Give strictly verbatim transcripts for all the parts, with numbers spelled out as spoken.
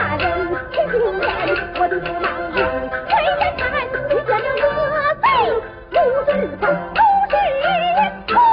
大人听听言，我的驸马爷，为人看你这个恶贼，不是犯，不是错。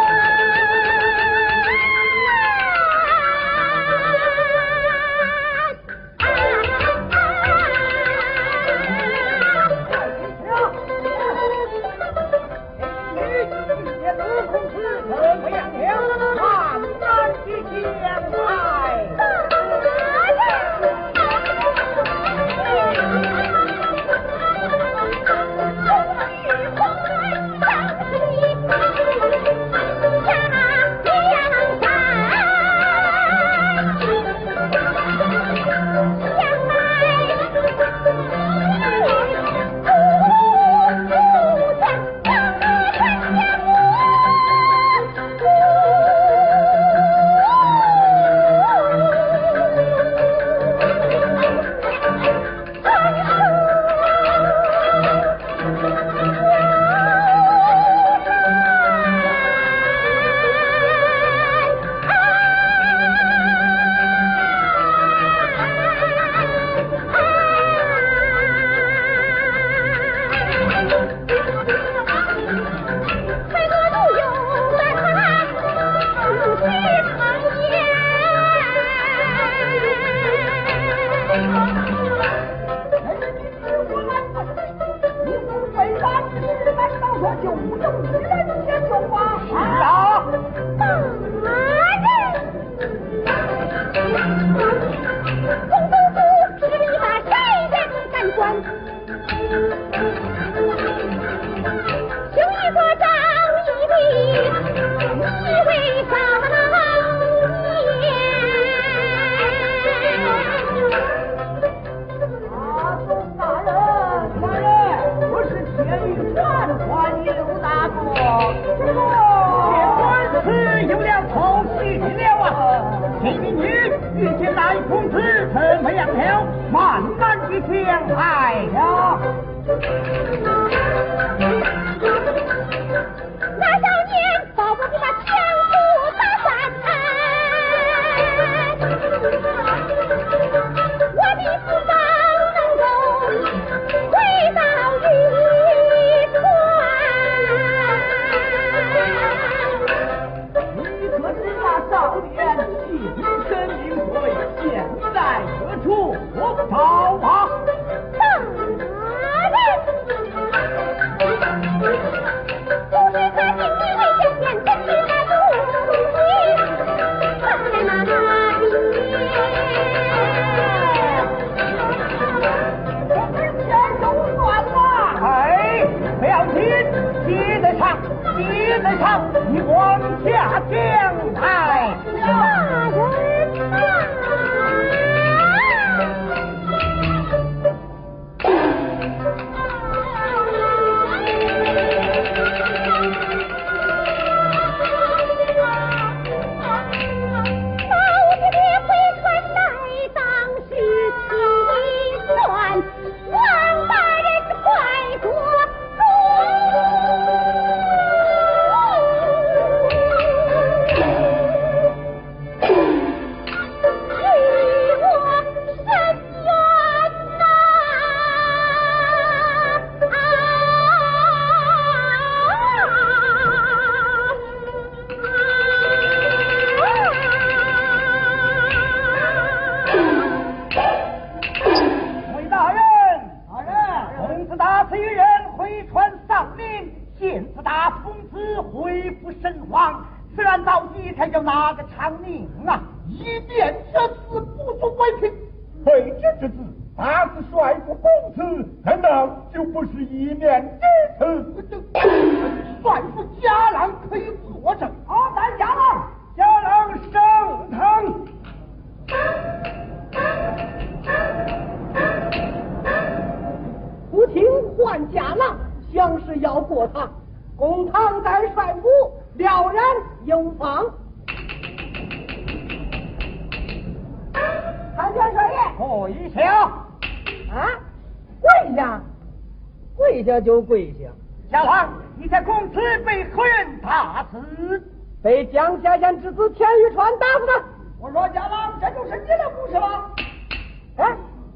就跪下， 小王，你在公子被何人打死？ 被江夏县之子田玉川打死的。 我说家郎，这就是你的故事吗？ 哎，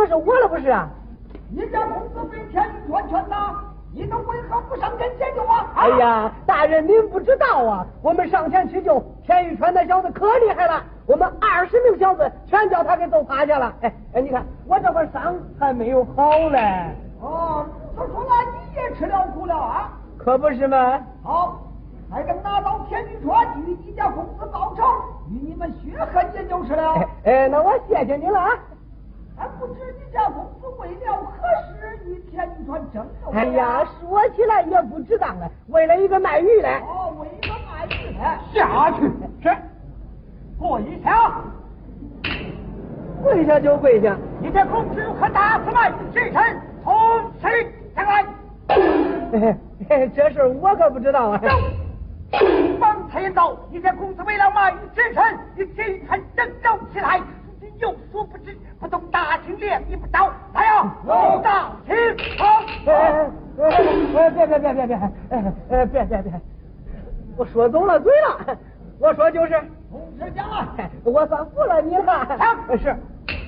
说是我了不是啊？ 你家公子被天宇川拳打，你都为何不上前解救啊？ 哎呀，大人您不知道啊，我们上前去救天宇川那小子可厉害了，我们二十名小子全叫他给揍趴下了。哎哎，你看我这块伤还没有好嘞。 哦，说出来你也吃了苦了啊？ 可不是吗？ 好，还等拿到天宇川与你家公子报仇，与你们血恨也就是了。 哎哎，那我谢谢您了啊。 还不知你家公子为了何事与天宇川争斗？ 哎呀，说起来也不值当了，为了一个卖鱼的。 哦，为了卖鱼的，下去是跪下， 跪下就跪下。 你这公子和大司马之臣从此将来。 嘿嘿，这事我可不知道啊。 方才言道，你这公子为了卖鱼之臣，你今天争斗起来。有所不知，不懂大清廉你不着，来呀！有大清好！ 哎哎，别别别别别，哎哎别别别，我说走了嘴了，我说就是， 同时讲啊， 我算服了你了。是。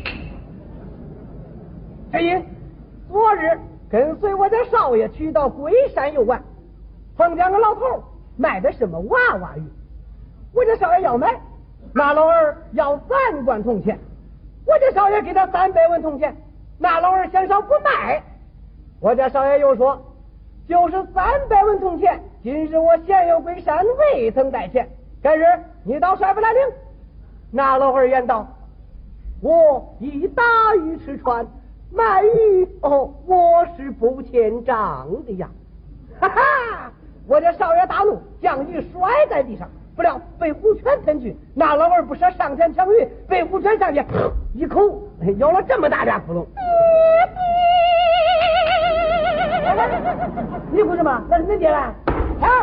这一昨日跟随我家少爷去到龟山游玩，碰见个老头卖的什么娃娃鱼，我家少爷要买，那老二要三贯铜钱。我家少爷给他三百文铜钱，那老二嫌少不卖。我家少爷又说，就是三百文铜钱，今日我闲游归山，未曾带钱，今日你倒甩不来领。那老二言道，我以打鱼吃穿，卖鱼哦，我是不欠账的呀。哈哈，我家少爷大怒，将鱼摔在地上，不料被虎拳吞去，那老二不舍上前抢鱼，被虎拳上去一口咬了这么大俩窟窿。你不是吗？那是恁爹来。抢！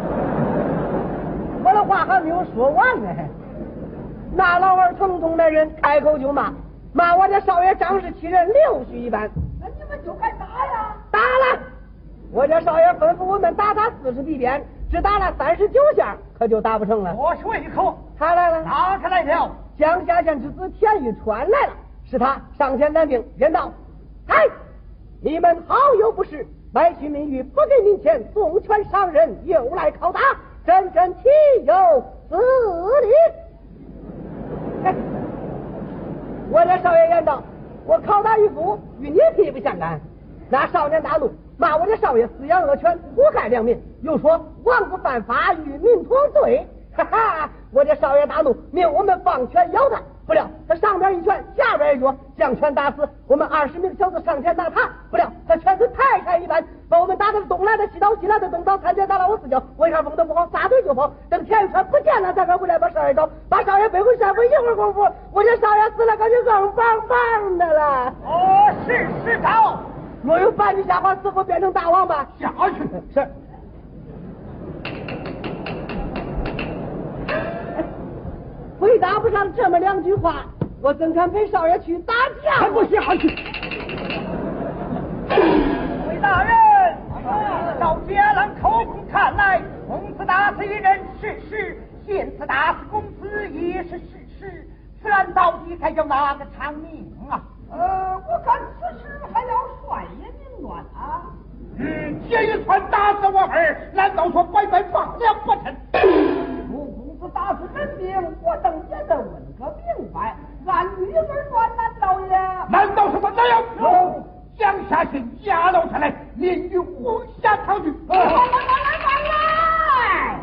我的话还没有说完呢，那老二疼痛的人开口就骂，骂我这少爷仗势欺人，溜须一般。 那你们就该打呀！ 打了！我这少爷吩咐我们打他四十地鞭，只打了三十九下，可就打不成了。 我说一口， 他来了， 哪个来了？ 江夏县之子田玉川来了，是他上前担兵，言道：“嗨，你们好友不是，买取民鱼，不给您钱，送权伤人，又来拷打，真真岂有此理！”哎，我这少爷言道：“我拷打渔夫，与你屁不相干。”那少年大怒，骂我的少爷饲养恶犬，祸害良民，又说王不犯法，与民同罪。哈哈！我这少爷大怒，命我们放拳咬他，不料他上边一拳，下边一脚，将拳打死。我们二十名小子上前打他，不料他拳是泰山一般，把我们打得东来的西倒，西来的东倒，参前打了我四脚，我一看风都不好，撒腿就跑。等田玉川不见了，才敢回来把少爷找，把少爷背回山回。一会儿功夫，我这少爷死了，可就硬邦邦的了。 哦，是是招。 若有半句瞎话，死后变成大王八。 下去。 是。回答不上这么两句话，我怎敢陪少爷去打架？ 还不下去！回大人，照杰郎口供看来，公子打死一人是实，现此打死公子也是事实，此案到底该叫哪个偿命啊？呃，我看此事还要帅爷明断啊。嗯，这一拳打死我儿，难道说白白放了不成？如公子打死人命，我等也得问个明白。按律而断，难道也？难道什么那样？有江夏县押了下来，连于湖下堂去。来来来来来！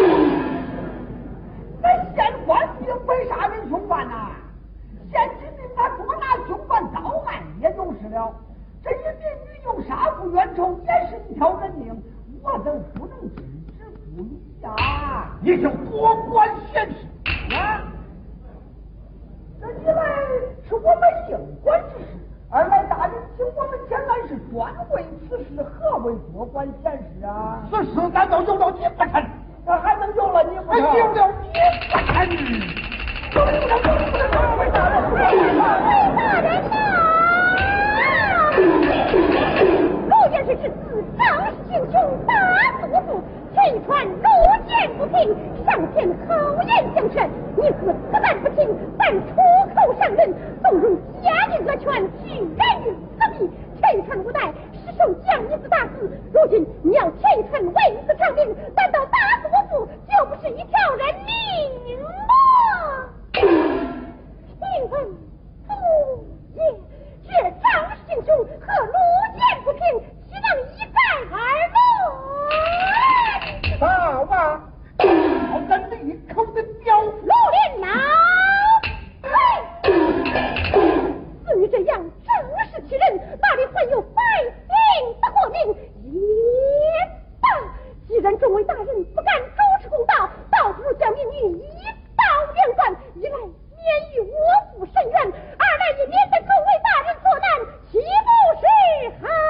那县官并非杀人凶犯呐、啊，县知命他捉拿凶犯到案，也就是了。这与民女有杀父冤仇，也是一条人命，我等不能置之不理呀！你就多管闲事啊！这一来是我们应管之事，二来大人请我们前来是专为此事，何为多管闲事啊？此事难道有了你不成？那还能有了你不成？有了你不成？有了有了有了有了！魏大人，魏大人呐！ 如今是之子张行凶打死我父，陈传路见不平，上前口言相劝，你自此难不听，但出口伤人，纵容家人人得权，居然于此地，天权无代，失手将一子大死。如今你要天权为此偿命，难道打死我父就不是一条人命吗？请问父爷，这张姓兄和路见不平，岂能一概而论？ 大王，好个利口的彪！ 陆连老，似你这样正是其人，哪里会有百姓的活命？也罢，既然众位大人不敢主持公道，倒不如将命运一刀两断，一来免于我父深冤，二来也免得众位大人作难，岂不是好？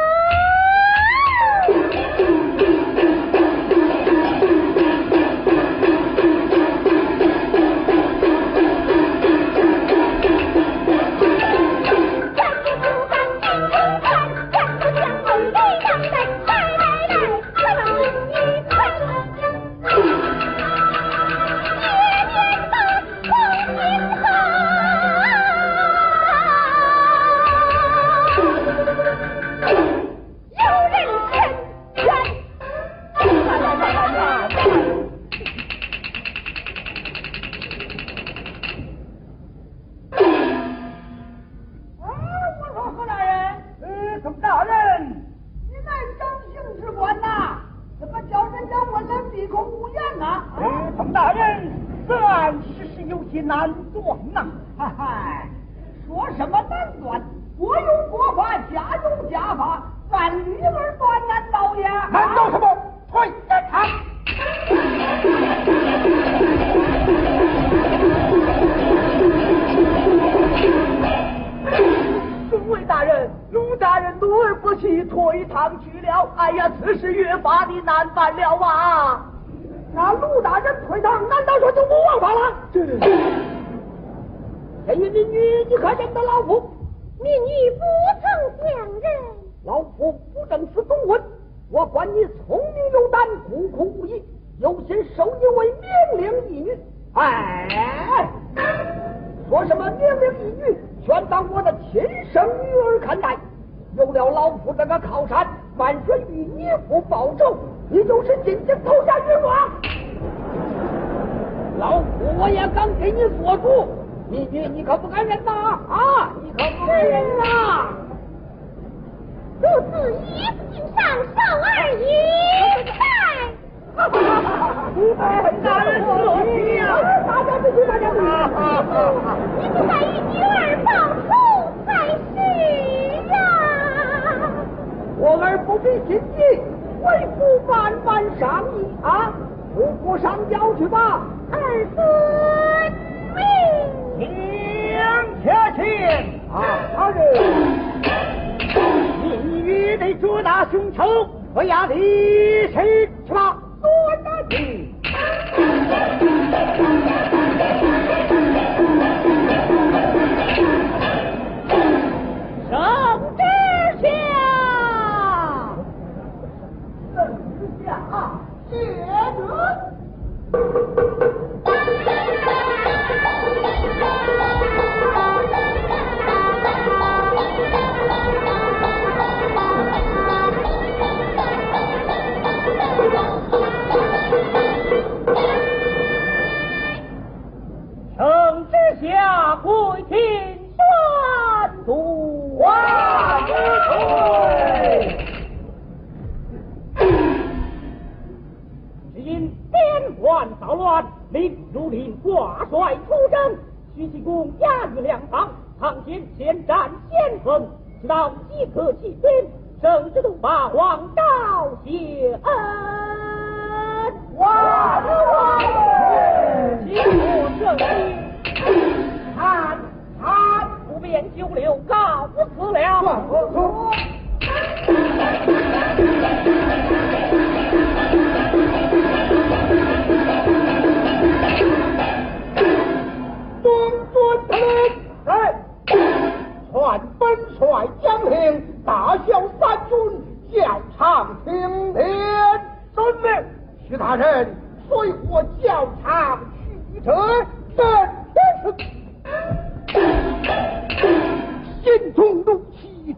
心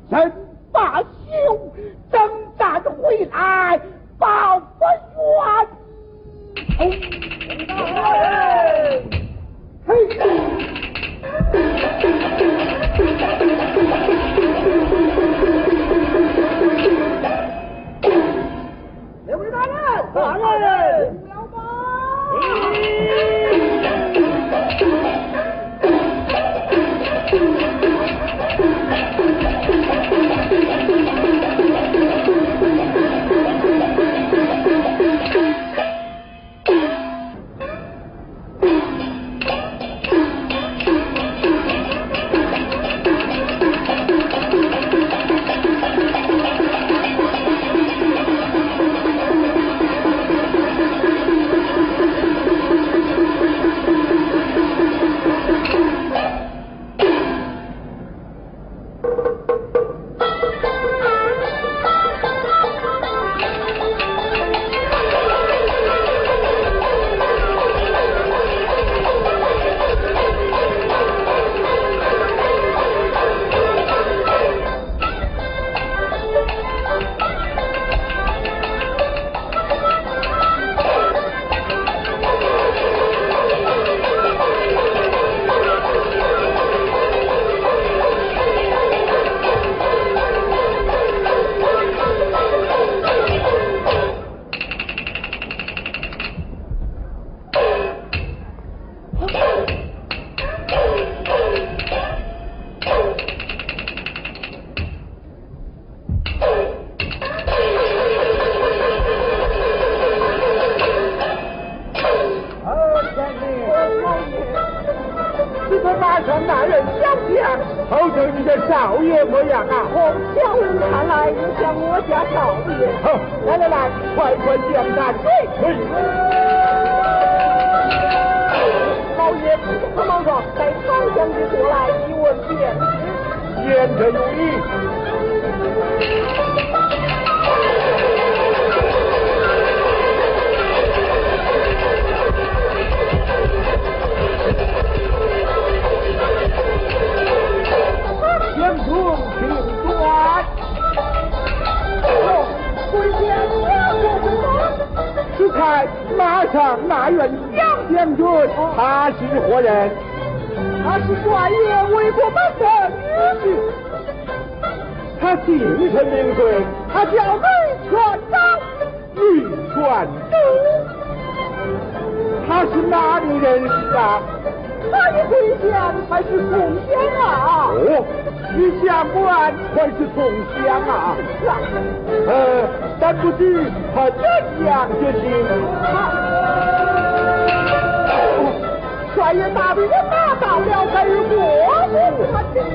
真罢休，征战回来报国冤仇。嘿， 两位大人，大人，了吧？ 少爷模样啊！ 从小人看来，你像我家少爷。 好，来来来，快快将他追回。 老爷不可莽撞，带长将军过来一问便知。 言者有意。将军请转。 跪下，我做什么？ 只看马上那员杨将军，他是何人？ 他是帅爷魏国门的女婿。 他姓甚名谁？ 他叫雷全章。 雷全章。他是哪里人士啊？ 他的对象还是宋江啊！ 哦，你相官还是宋江啊？呃，但不知他怎样决心？ 帅爷大兵拿到了，该与我不他真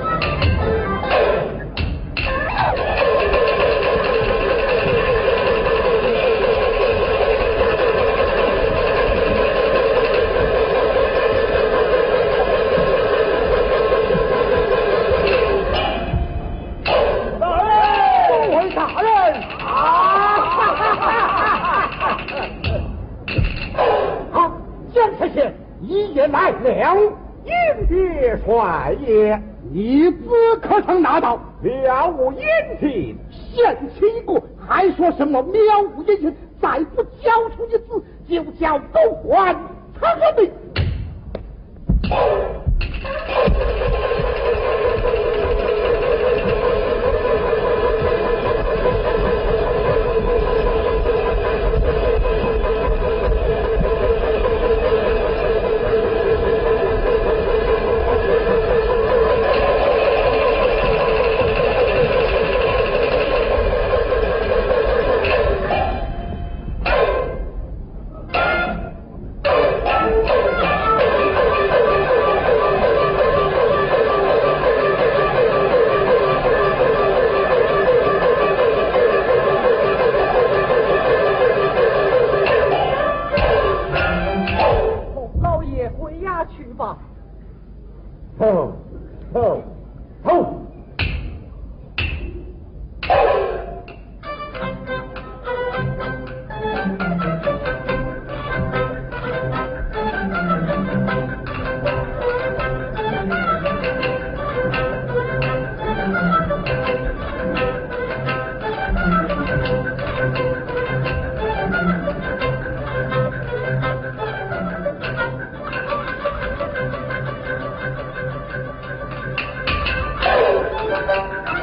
一夜来了，迎接帅爷，一子可曾拿到？了无音信，现起过，还说什么渺无音信？再不交出一字，就叫狗官他命。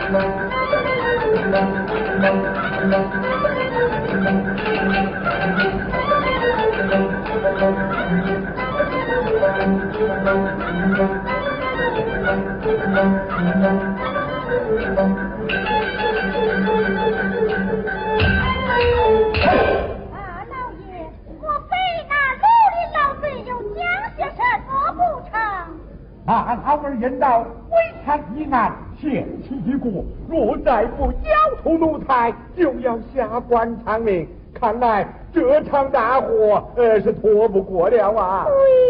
啊，老儿言道，违抗一案，限期已过，若再不交出奴才，就要下官偿命。看来这场大祸，呃，是拖不过了啊！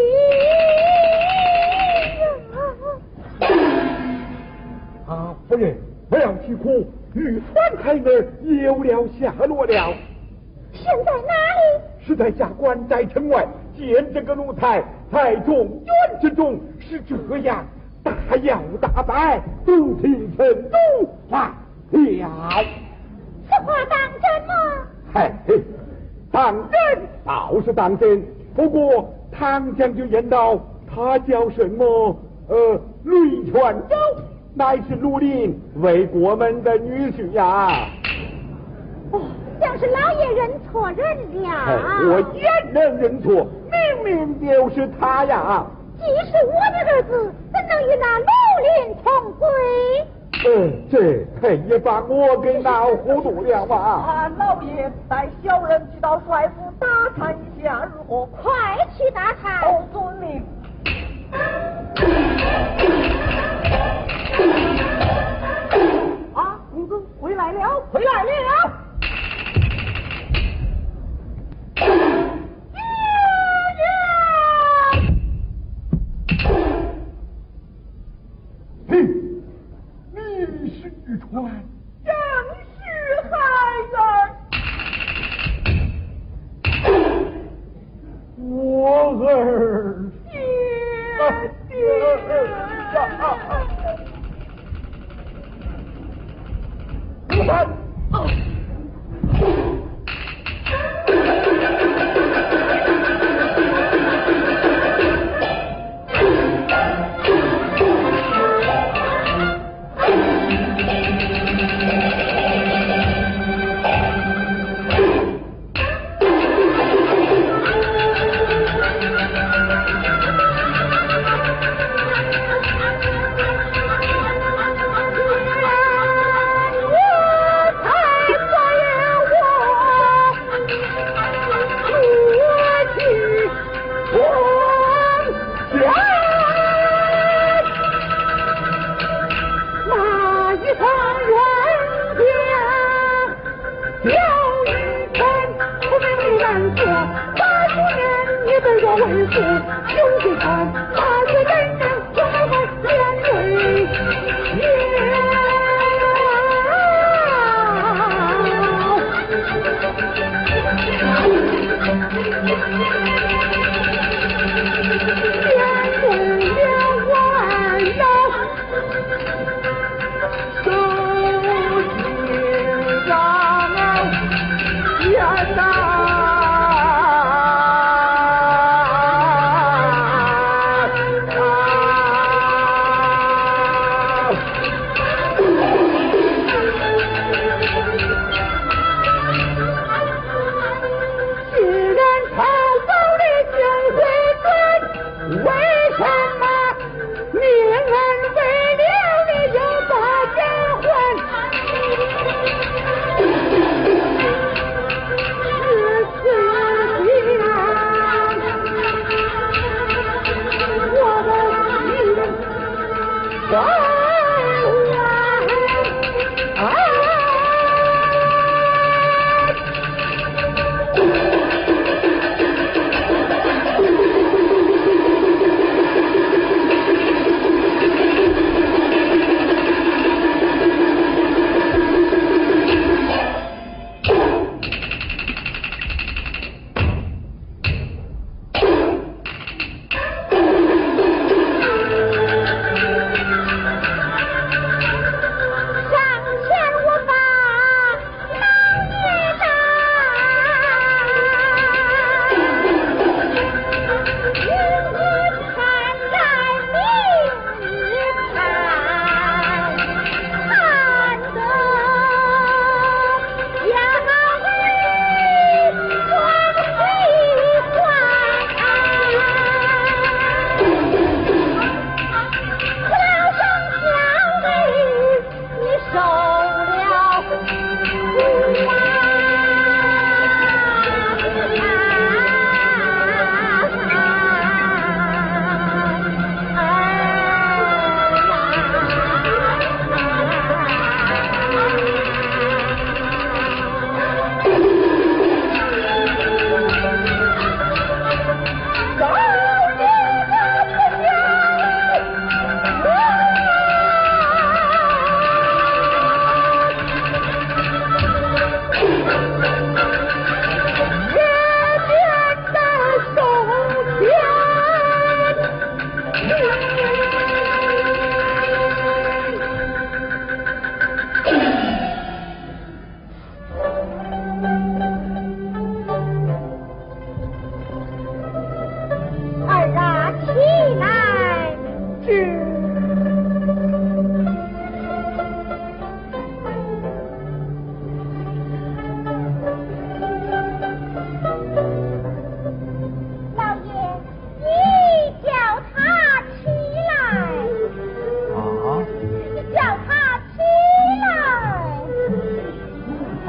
啊，夫人，不要啼哭，玉川孩儿有了下落了。 现在哪里？ 是在下官在城外见这个奴才，在众院之中是这样大摇大摆，不听臣怒话了。 此话当真吗？ 嘿嘿，当真倒是当真。不过唐将军言道，他叫什么？呃，吕全州，乃是绿林魏国门的女婿呀。 哦，像是老爷认错人了。 我焉能认错？明明就是他呀！ 既是我的儿子，怎能与那绿林同归？ 嗯，这可也把我给闹糊涂了啊！ 啊，老爷，带小人去到帅府打探一下如何？ 快去打探！ 哦，遵命。啊，公子回来了，回来了！ 嘿，你是玉川， 正是孩儿， 我儿爹爹。 玉川。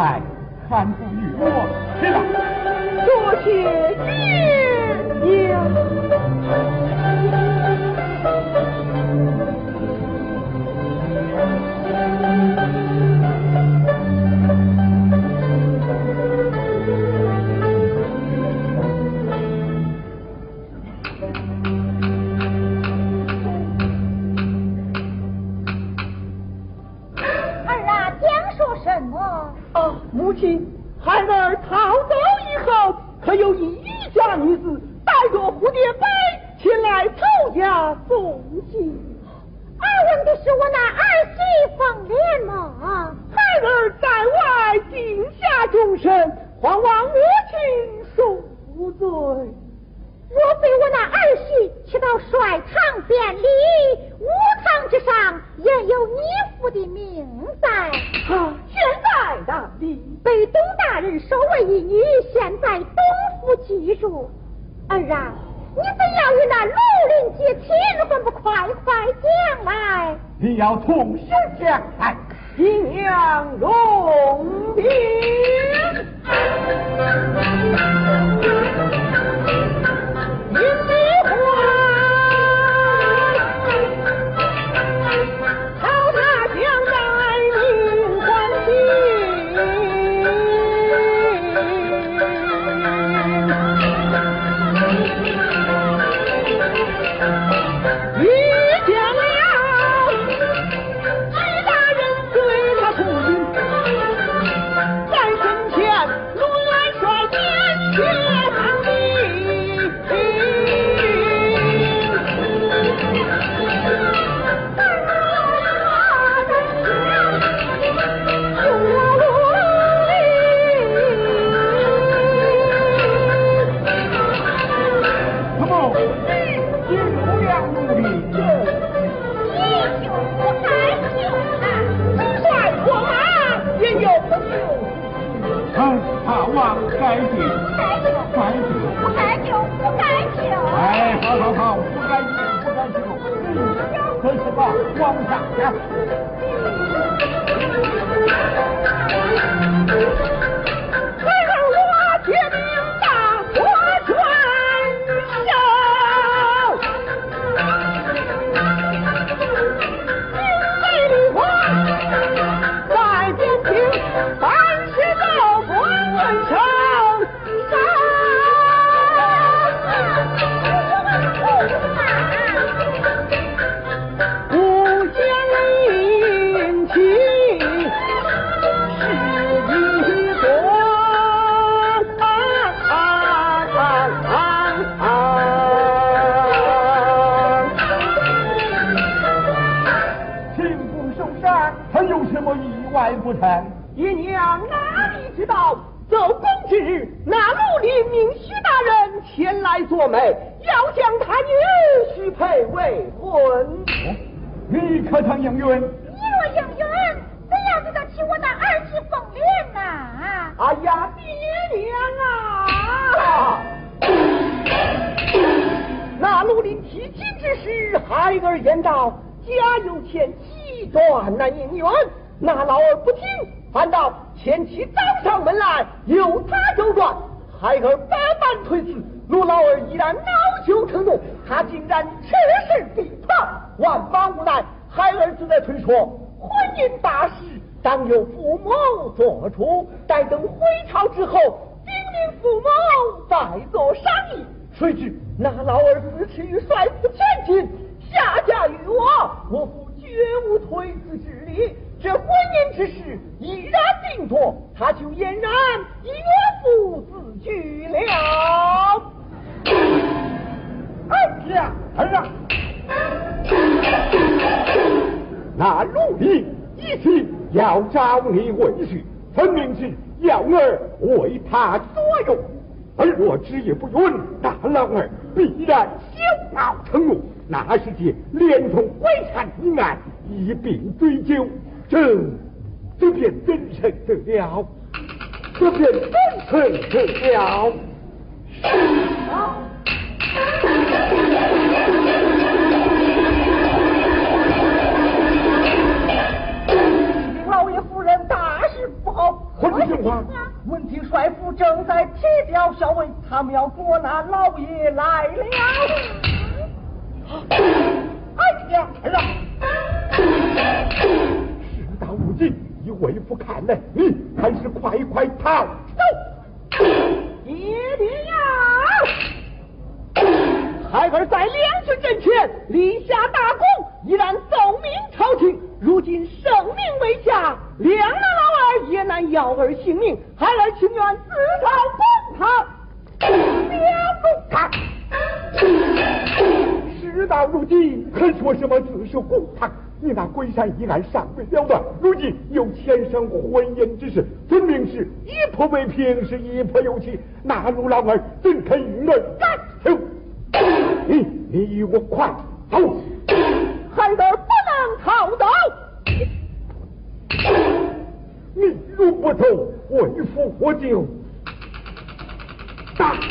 还看不与我去了。 多谢爹儿啊，讲说什么？ 啊，母亲，孩儿逃走以后，可有一渔家女子带着蝴蝶杯前来投家送信。 儿问的是我那儿媳凤莲吗？ 孩儿在外定下终身，还望母亲恕罪。 若非我那儿媳去到帅堂便礼，武堂之上也有你父的名在。 啊，现在哪里？ 被董大人收为一女，现在东府居住。儿啊，你怎样与那庐陵结亲，还不快快讲来？ 你要从实讲来。 姨娘容禀。因你话，好他将来命还清。遇见了徐大人对他不允，在身前陆元帅坚决抗议。 怎么你进入了奴隶？ 你就不该救他， 帅我马也有救。 嗯，大王该救， 该救该救。 不该救不该救。 哎，好好好，不该救，不该救。嗯，可是吧，皇上呀。 孩儿我决定大国全收。因为李皇在边境凡是报国恩仇。不讲殷勤是一个秦府受伤，还有什么意外不成？ 姨娘哪里知道，奏公之日，那陆林命徐大人前来做媒，要将他女许配为婚。 你可曾应允？ 你若应允，怎样对得起我那儿媳凤莲呐？ 哎呀，爹娘啊！那陆林提亲之时，孩儿言道，家有前妻，断难姻缘。那老儿不听，反倒前妻找上门来，有他有断，孩儿百般推辞，陆老儿依然恼羞成怒，他竟然趁势逼迫，万般无奈，孩儿只得推说婚姻大事当由父母做主，待等回朝之后，禀明父母再做商议。谁知那老儿自持于帅府千金，下嫁于我，我父绝无推辞之理。这婚姻之事已然定夺，他就俨然以我父自居了。 儿呀，儿啊！那陆离一心要找你为婿，分明是要儿为他所用。而若执意不允，那老儿必然羞恼成怒，那时节连同鬼产一案一并追究。这这便真成得了，这便真成得了。 啊！老爷夫人大事不好， 混情况？ 闻听帅府正在提调校尉，他们要捉拿老爷来了。哎呀，儿啊！ 事到如今，以为父看来，你还是快快逃走。 爹爹呀！孩儿在两军阵前立下大功，依然奏明朝廷，如今生命危下，两难老儿也难要儿性命，孩儿情愿自讨公堂。两公堂。 事到如今，还说什么自首公堂？你那龟山一案尚未了断，如今又牵上婚姻之事，分明是一婆为平，是一婆有妻，那如老儿怎肯与儿干走？你你与我快走！ 孩儿不能逃走。 你如不走，为父我就打。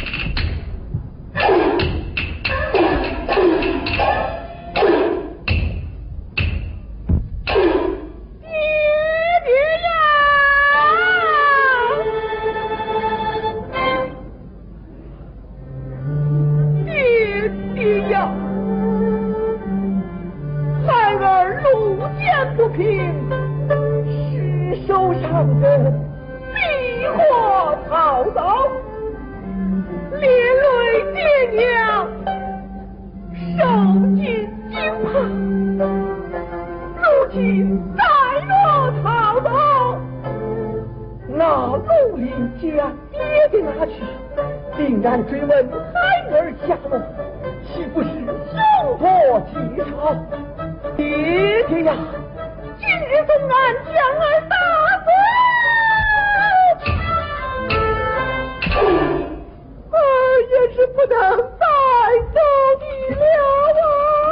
不平，是手上的避祸逃走，连累爹娘受尽惊怕，如今再若逃走，那陆林将爹爹拿去，定然追问孩儿下落，岂不是凶多吉少？爹爹呀！今日总俺将儿打死，儿也是不能再走你了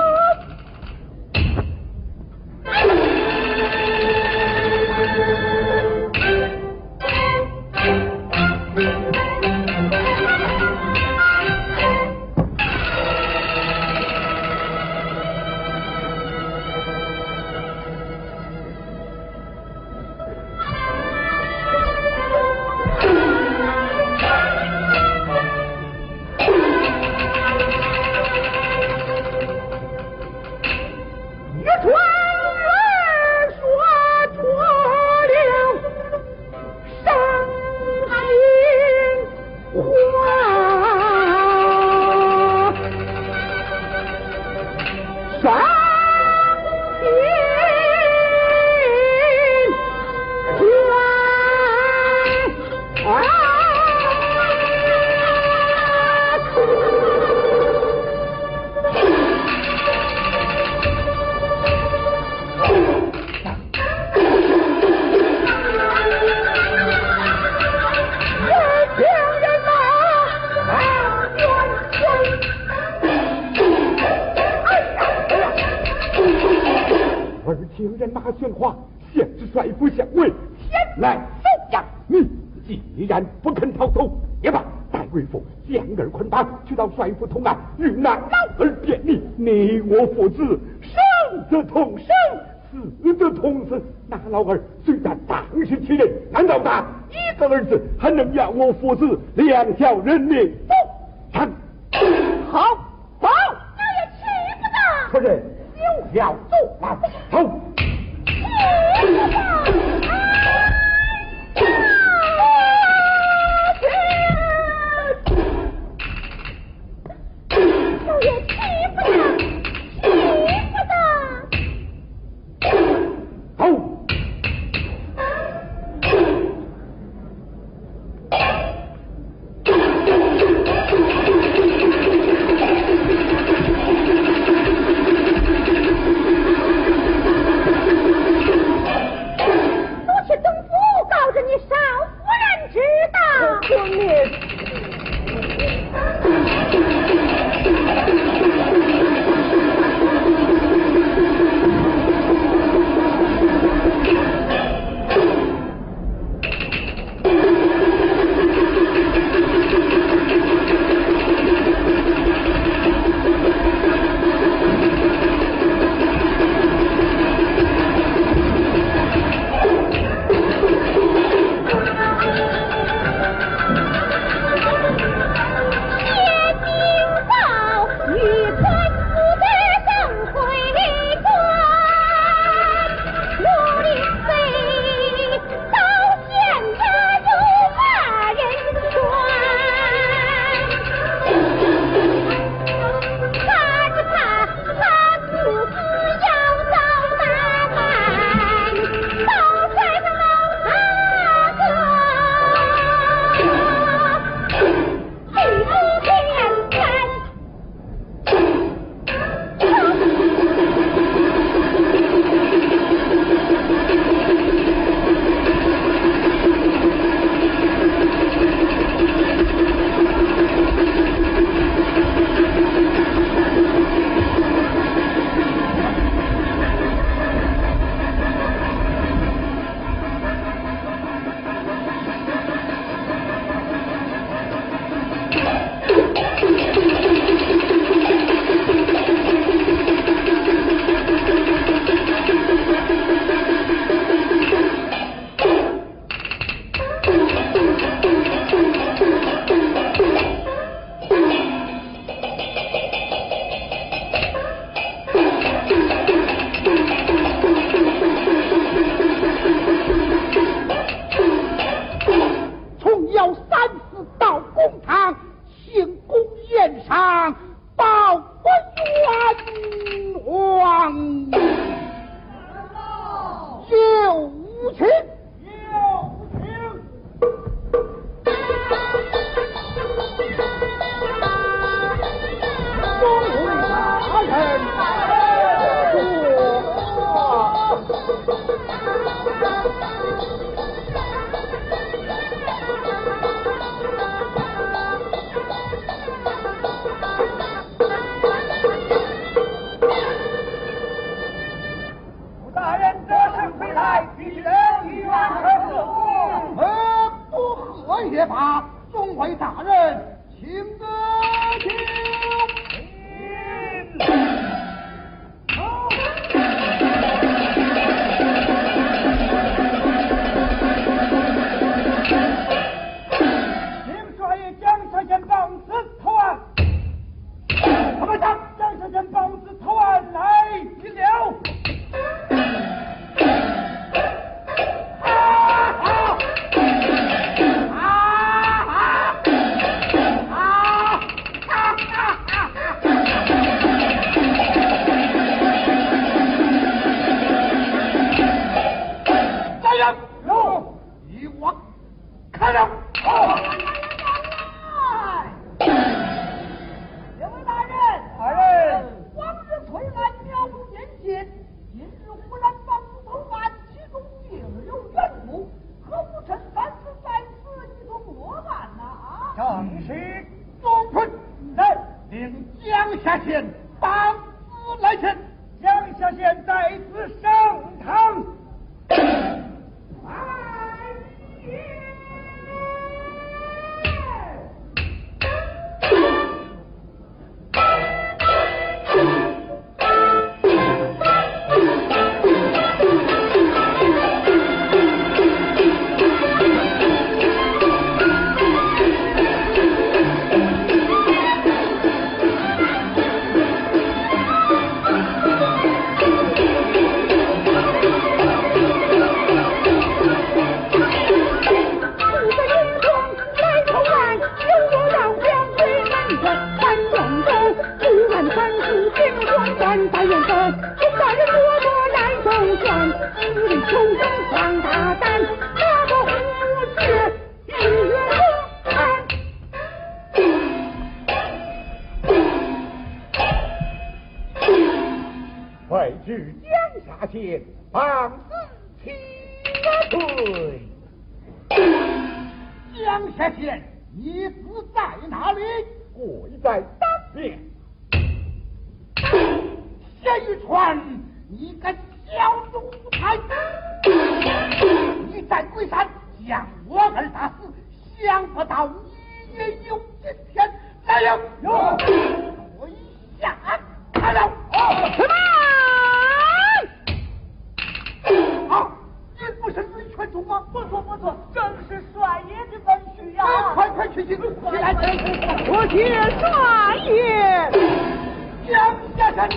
帅府同案，与那老儿便利，你我父子生则同生，死则同死。那老儿虽然当是其人，难道他一个儿子还能要我父子两条人命不成？好，好， 那也吃不得。 夫人休要作难，走。 也吃不得，吃不得。 走。 无情。 有请。 众位大人， 吴大人这时回来，必须与愿和贺。 呃，不贺也罢。众位大人，请得酒。 请少爷将小仙棒子投案。他们将将小仙棒子投案来一了。 开了！ 两位大人，大人，往日推案渺无边界，今日忽然棒子投案，其中另有缘故，何不趁三子在此一同落案呐？ 正是总坤，来令江夏县棒子来前， 江夏县在此上堂。 大元帅，众大人多多来周旋，一力求生放大胆，那个胡事日月公安。 快至江夏县，棒子起退。江夏县，你子在哪里？跪在当边。谢玉川，你个小奴才！你在龟山将我儿打死，想不到你也有今天。来人，有跪下开了！什么？啊！你不是吕全忠吗？ 不错不错，正是帅爷的本许呀！ 快快去行，起来！ 多谢帅爷。 江先生，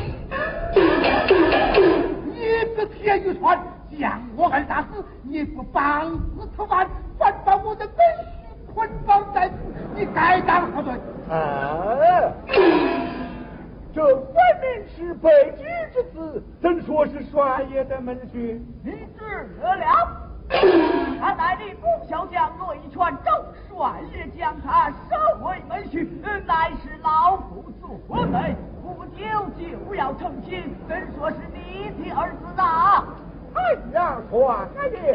你个铁玉川将我儿打死，你不帮子投案，反把我的本许捆绑在此，你该当何罪？啊！这分明是卑职之子，怎说是帅爷的门婿？ 你知得了。看来你不小将罗一川，周帅爷将他收为门婿，乃是老夫所为。不久就要成亲，怎说是你的儿子啊？ 哎呀，帅爷！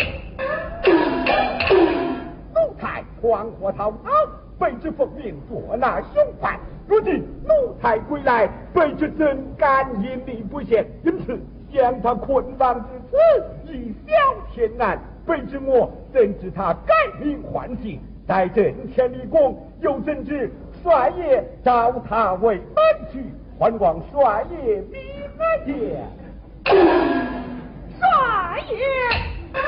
奴才闯祸逃逃，被之奉命捉拿凶犯。如今奴才归来，被之怎敢隐匿不现？因此将他捆绑至此，以小天难。被之我怎知他改名换姓，在阵前立功，又怎知帅爷召他为门婿？还望帅爷明言。 帅爷，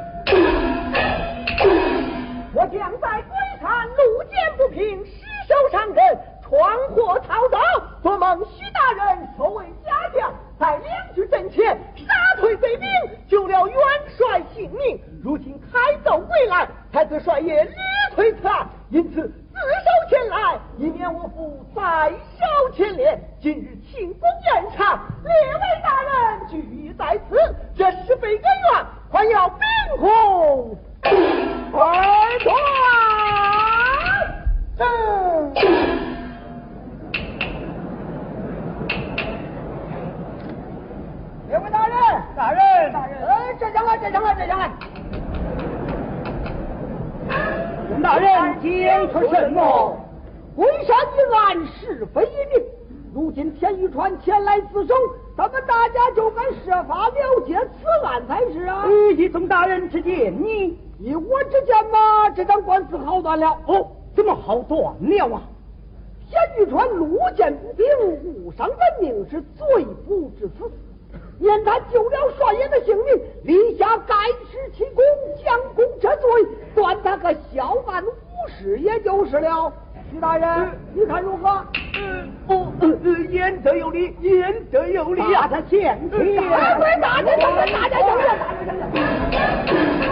我将在龟山路见不平，失手伤人，闯祸逃走，做梦徐大人收为家将，在两军阵前杀退贼兵，救了元帅性命。如今开奏归来，太子帅爷屡推此案，因此自首前来，以免我父再受牵连。今日庆功宴场，列位大人聚在此，这是非恩怨，还要秉同二团。嗯。两位大人，大人，大人，哎，这厢来，这厢来，这厢来。孙大人，讲出什么？龟山一案是非已明，如今田玉川前来自首，咱们大家就该设法了解此案才是啊！ 以总大人之见，你以我之见嘛，这场官司好断了。 哦，怎么好断了啊？ 田玉川路见不平，误伤人命，是罪不至死。念他救了帅爷的性命，立下盖世奇功、将功折罪，断他个小案无事，也就是了。徐大人，呃、你看如何？ 呃，不、呃，言得有理，言得有理啊！他前去， 大官大人，大家大家相认，大家相认。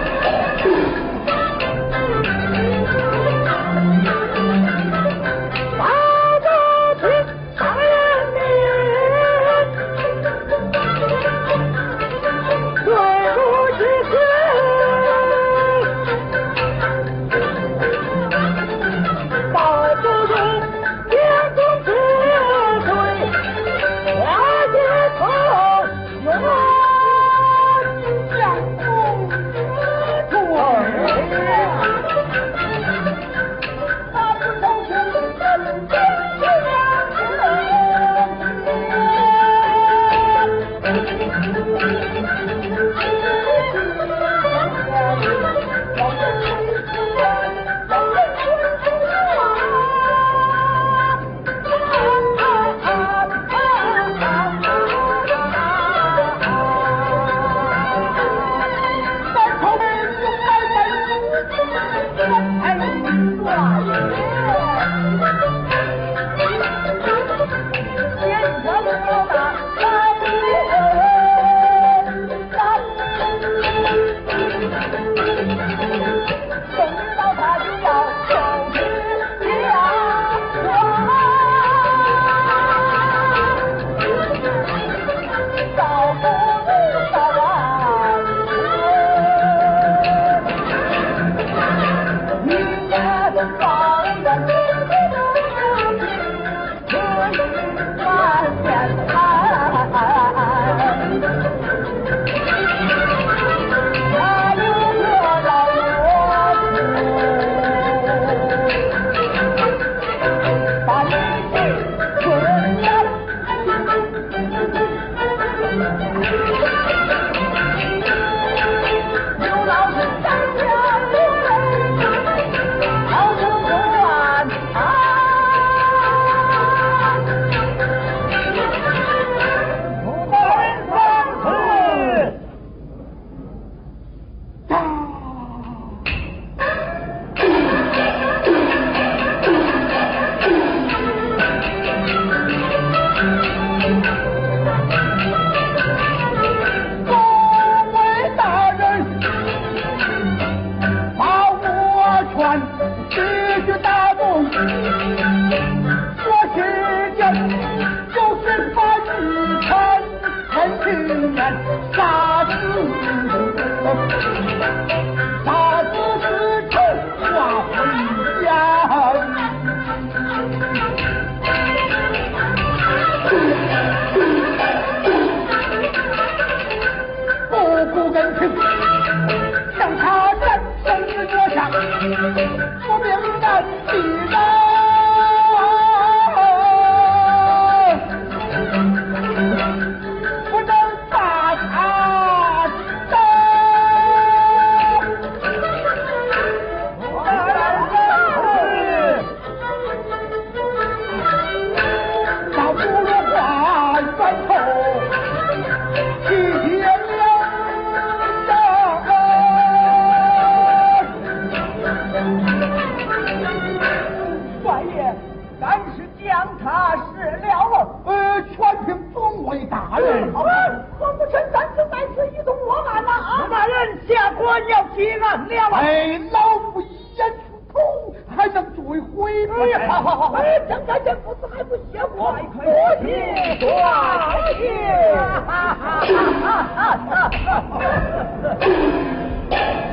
哎，老夫一言出口，还能追悔不成？ 好好好，哎，蒋干这父子还不谢过，多谢多谢。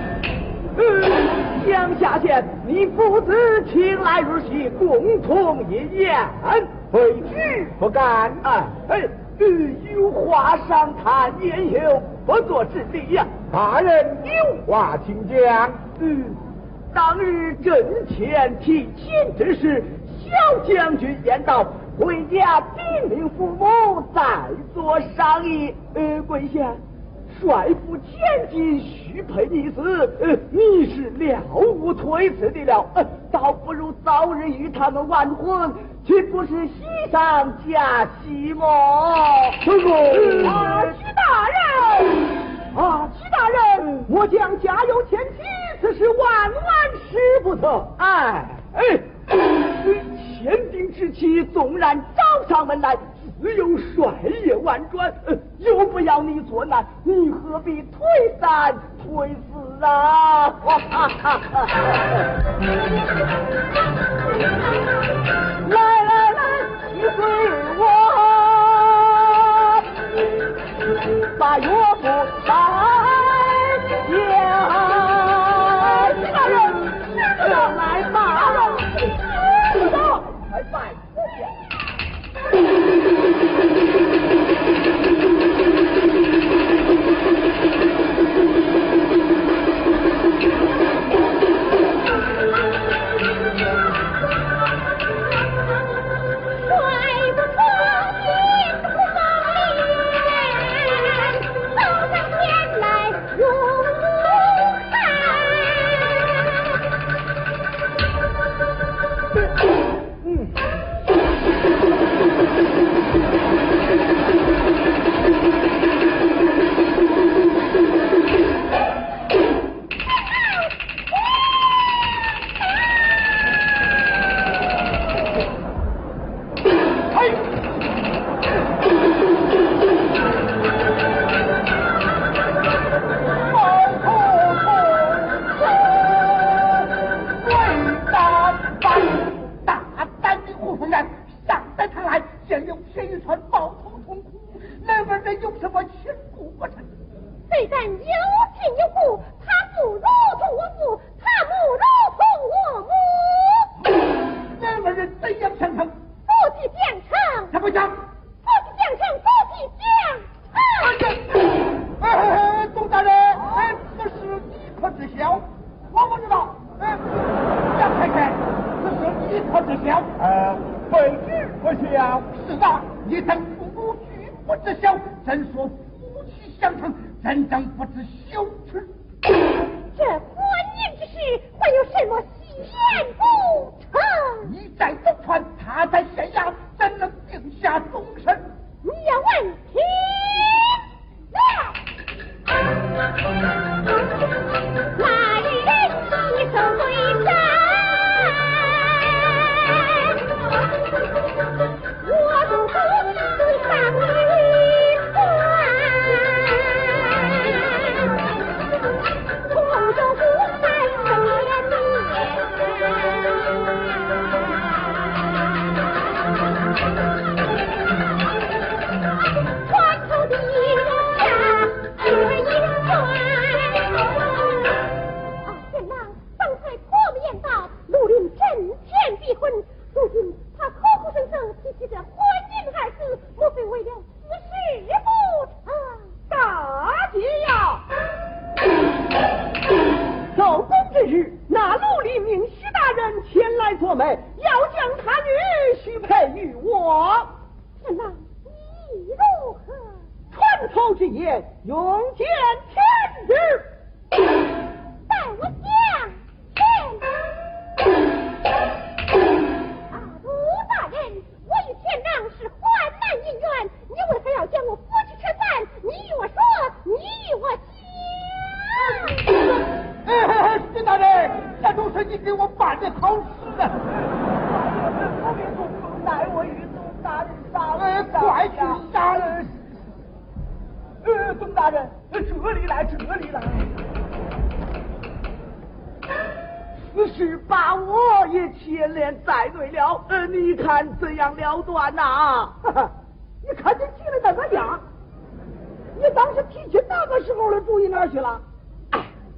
下见你父子请来日夕共同一言，非旨不敢。哎哎，有话商谈，也有不作之理呀。 大人有话请讲。 嗯，当日阵前提前之时，小将军言道：“回家禀明父母，再做商议。”呃，贵县帅府前进，须配你死，呃，你是了无推辞的了。呃，倒不如早日与他们完婚，岂不是喜上加喜么？ 这个啊，徐大人。啊，徐大人，我将家有千妻，此事万万使不得。 哎哎，千叮之期，纵然找上门来，自有帅爷婉转，呃，又不要你作难，你何必推三推四啊？来来来，你随我。把岳父带下，大人，是的，来吧，是的，来拜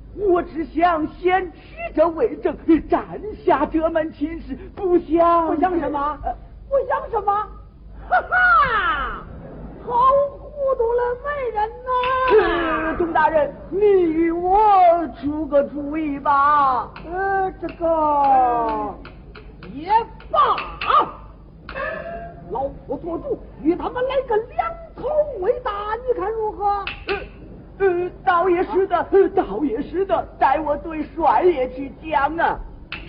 我只想先取这为证，占下这门亲事，不想不想什么？ 呃、 不想什么？哈哈，好糊涂了，美人呐！ 呃！董大人，你与我出个主意吧。 呃，这个也罢，老夫做主，与他们来个两头为大，你看如何？ 呃呃，倒也是的，呃，倒也是的，待我对帅爷去讲啊。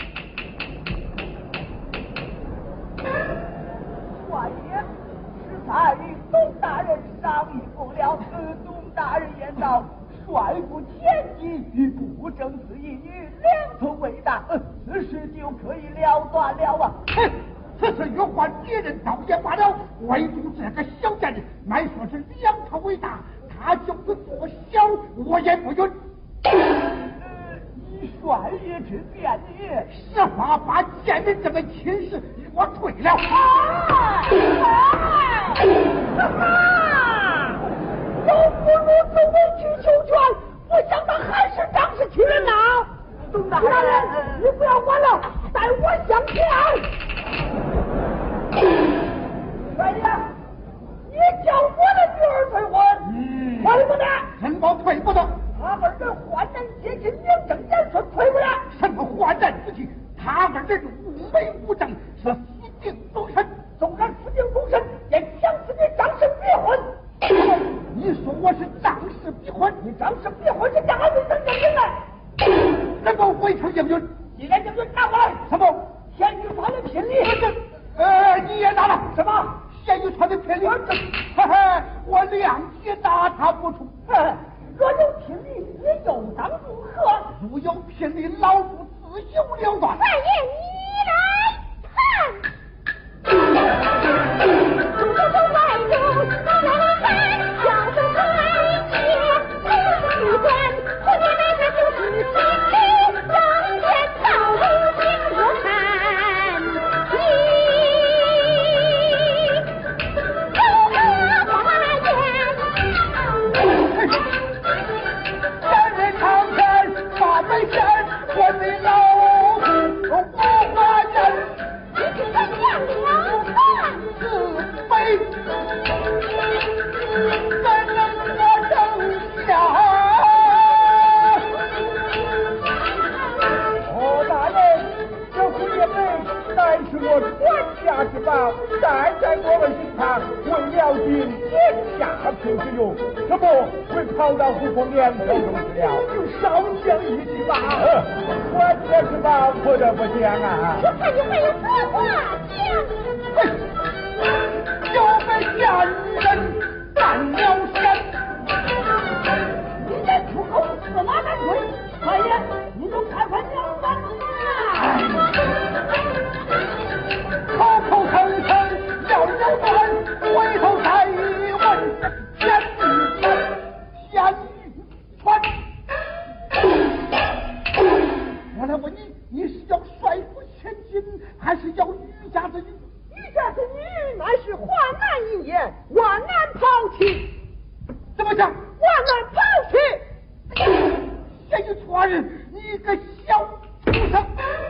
帅爷，实在与董大人商议不了。呃，董大人言道，帅府前妻不正此一女，两头为大，呃，此事就可以了断了啊。 哼，此事若换别人倒也罢了，唯独这个小贱人，乃说是两头为大。他就是做小，我也不允。 呃，以帅爷之见也， 实话把贱人这门亲事与我退了。 哎哎，哈哈！有不如此委曲求全，不想到还是仗势欺人呐！ 董大人， 人， 你不要管了，待我相见。帅爷，你叫我的女儿退婚？ 嗯， 退不得， 什么退不得？ 他二人患难接近，名正言顺，退不得。 什么患难之际？他二人无为无证，是私定终身。 纵然私定终身，也强使你张氏逼婚。 你说我是张氏逼婚？ 你张氏逼婚是将来未曾应允来。 什么未曾应允？ 既然应允，拿过来。 什么？ 田玉川的聘礼。 呃，你也拿了什么？ 田玉川的聘礼？嘿嘿，我两节拿他不出。 若有聘礼，你又当如何？ 如有聘礼，老夫自有了断。 大爷，你来看。出手外路，来来看，小手开切，不管后面那个就是亲戚，当天道路听我看，你如何花言？ 三人长山把北山，我的老夫不花人。 你竟然讲了饭， 自卑，怎能我正下？ 哦，大人，这蝴蝶杯乃是我传家之宝，待在我们刑场为了尽天下平之用，这不会跑到胡凤莲手中去了。就稍讲一句吧，传家之宝不得不讲啊。 我看你还有何话讲？ 有个贱人干了身， 你这出口驷马难追，大爷，你就看看娘三啊！ 口口声声要有断，回头再问天玉川，天玉川。我来问你，你是要帅府千金，还是要余家之女？ 余家之女乃是患难一年，万难抛弃。 怎么讲？ 万难抛弃！ 天玉川，你个小畜生！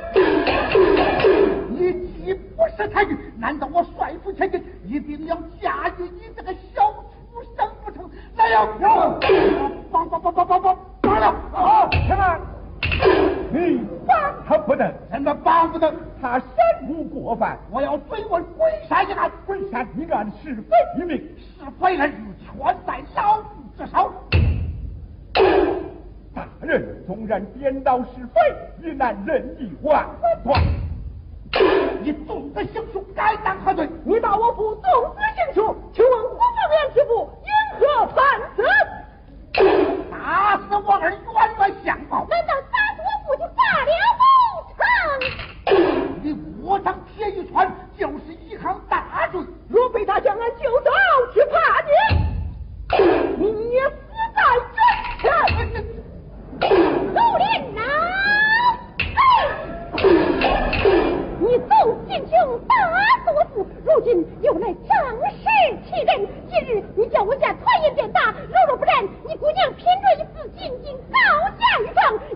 你既不是太君，难道我帅府千金一定要嫁与你这个小畜生不成？来呀！帮帮帮帮帮帮帮了！ 好，什么？你帮他不能， 什么帮不得？ 他身无过犯， 我要追问龟山一案， 龟山一案是非一命， 是非人全在老夫之手。 大人纵然颠倒是非，也难任意万断。 你纵子行凶，该当何罪？ 你打我府纵子行凶，请问胡凤莲媳妇因何犯此？ 打死我儿冤冤相报。 难道打死我父就罢了不成？ 你窝藏铁玉川就是一项大罪， 若被他将俺救走，去怕你，你也死在阵前。 陆连呐，你走进穷打死我父，如今又来仗势欺人。今日你叫我家团圆变大，如若不然，你姑娘拼着一死，仅仅高价一方，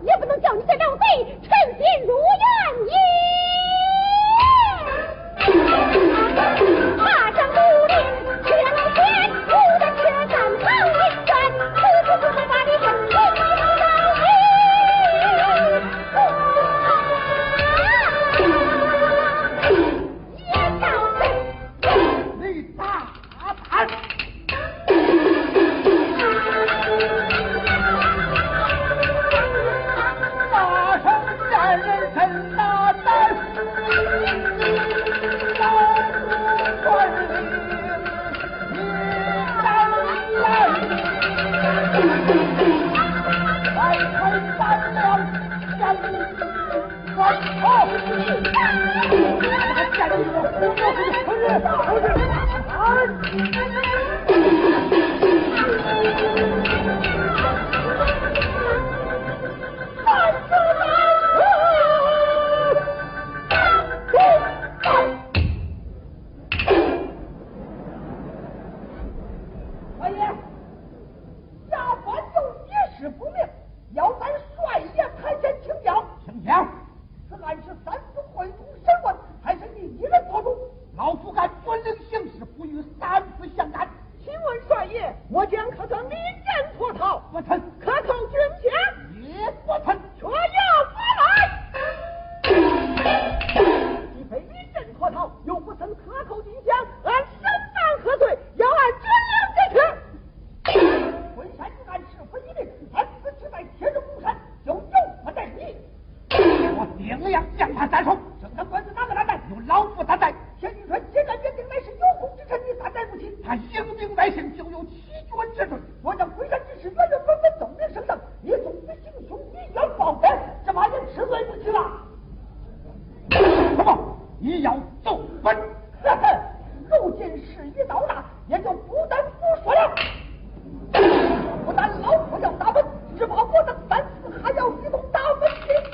人哪胆，老夫传令你敢来，来看咱俩将关头，把战友胡说出去，出去，出去！王爷，下官有一事不明，要咱帅爷台前请教。请讲。此案是三司会同审问，还是你一人做主？老夫敢遵令行事，不与三司相干。 请问帅爷，我将可曾民间脱逃？ 不曾。 可扣军饷？ 也不曾。 却要何来？既非民间脱逃，又不曾克扣军饷，按审犯何罪？要按军令执行。 昆山一案是非一定，三司只在铁证无山，就由不得你。我定要将他斩首。这场官司哪个担待？由老夫担待。田玉川结案约定乃是有功之臣，你担待不起。他应兵百姓，就有欺君之罪。若将昆山之事原原本本奏明圣上，你纵于行凶，以冤报冤，这把人吃罪不起了。什么？你要奏本？呵呵，如今事已到大，也就不得不说了。不但老夫要打本，只怕我的三司还要一同打本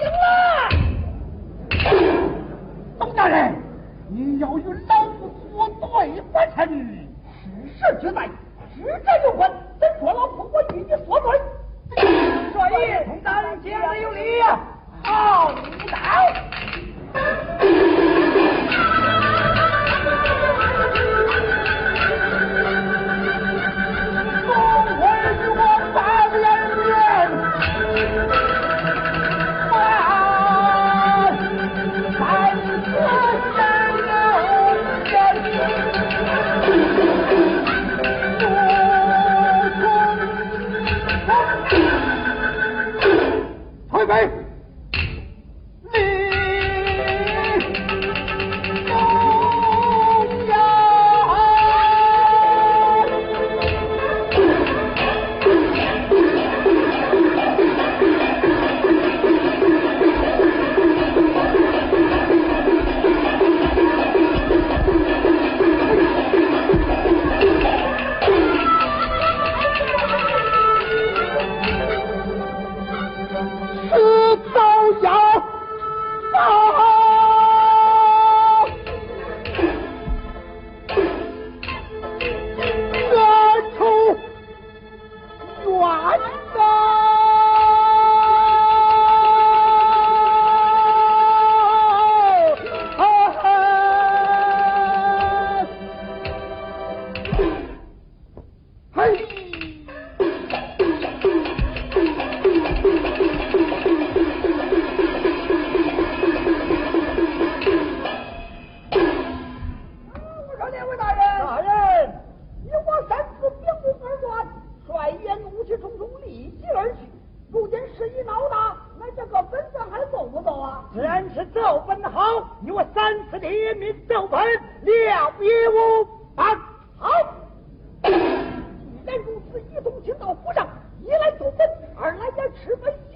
进京了。董大人，你要与老夫作对不成？事实俱在，知者有关，怎说老夫我与你说对？ 帅爷，咱讲的有理呀。 好，你来。退北，你不要。迟早要报。何处冤呐？嘿。自然是奏本好，你我三次联名奏本，了也无妨。好，既然如此，一同请到府上，一来奏本，二来也吃本